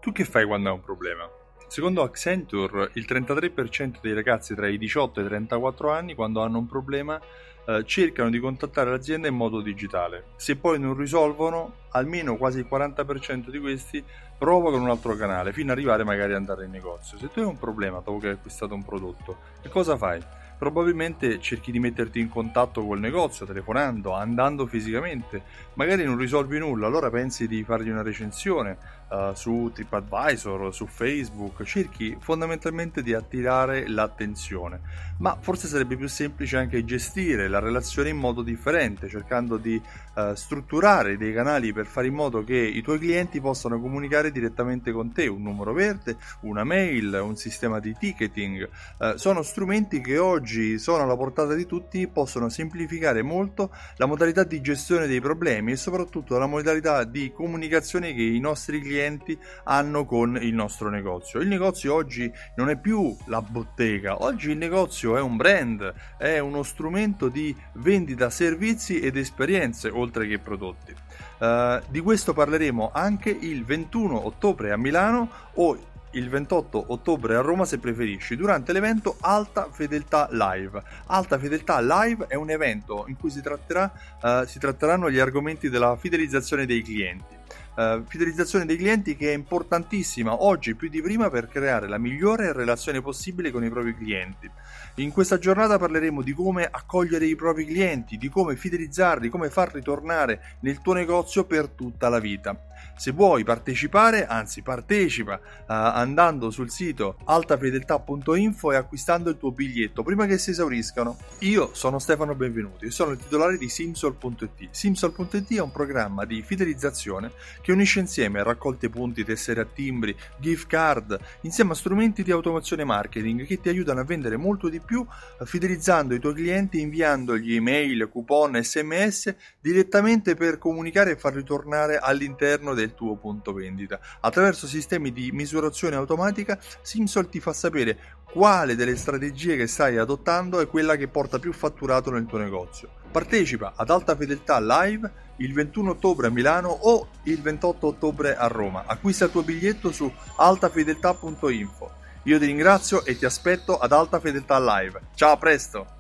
Tu che fai quando hai un problema? Secondo Accenture, il 33% dei ragazzi tra i 18 e i 34 anni, quando hanno un problema, cercano di contattare l'azienda in modo digitale. Se poi non risolvono, almeno quasi il 40% di questi provocano un altro canale, fino ad arrivare magari ad andare in negozio. Se tu hai un problema dopo che hai acquistato un prodotto, che cosa fai? Probabilmente cerchi di metterti in contatto col negozio, telefonando, andando fisicamente. Magari non risolvi nulla, allora pensi di fargli una recensione su TripAdvisor, su Facebook. Cerchi fondamentalmente di attirare l'attenzione, ma forse sarebbe più semplice anche gestire la relazione in modo differente, cercando di strutturare dei canali per fare in modo che i tuoi clienti possano comunicare direttamente con te, un numero verde, una mail, un sistema di ticketing. Sono strumenti che oggi sono alla portata di tutti, possono semplificare molto la modalità di gestione dei problemi e soprattutto la modalità di comunicazione che i nostri clienti hanno con il nostro negozio. Il negozio oggi non è più la bottega, oggi il negozio è un brand, è uno strumento di vendita servizi ed esperienze oltre che prodotti. Di questo parleremo anche il 21 ottobre a Milano o il 28 ottobre a Roma se preferisci, durante l'evento Alta Fedeltà Live. Alta Fedeltà Live è un evento in cui si tratteranno gli argomenti della fidelizzazione dei clienti. Fidelizzazione dei clienti che è importantissima oggi più di prima per creare la migliore relazione possibile con i propri clienti. In questa giornata parleremo di come accogliere i propri clienti, di come fidelizzarli, come far ritornare nel tuo negozio per tutta la vita. Se vuoi partecipare, anzi partecipa andando sul sito altafedeltà.info e acquistando il tuo biglietto prima che si esauriscano. Io sono Stefano Benvenuti e sono il titolare di Simsol.it. Simsol.it è un programma di fidelizzazione che unisce insieme raccolte punti, tessere a timbri, gift card, insieme a strumenti di automazione marketing che ti aiutano a vendere molto di più, fidelizzando i tuoi clienti, inviandogli email, coupon, sms direttamente per comunicare e far ritornare all'interno del tuo punto vendita. Attraverso sistemi di misurazione automatica, Simsol ti fa sapere quale delle strategie che stai adottando è quella che porta più fatturato nel tuo negozio. Partecipa ad Alta Fedeltà Live il 21 ottobre a Milano o il 28 ottobre a Roma. Acquista il tuo biglietto su altafedeltà.info. Io ti ringrazio e ti aspetto ad Alta Fedeltà Live. Ciao, a presto!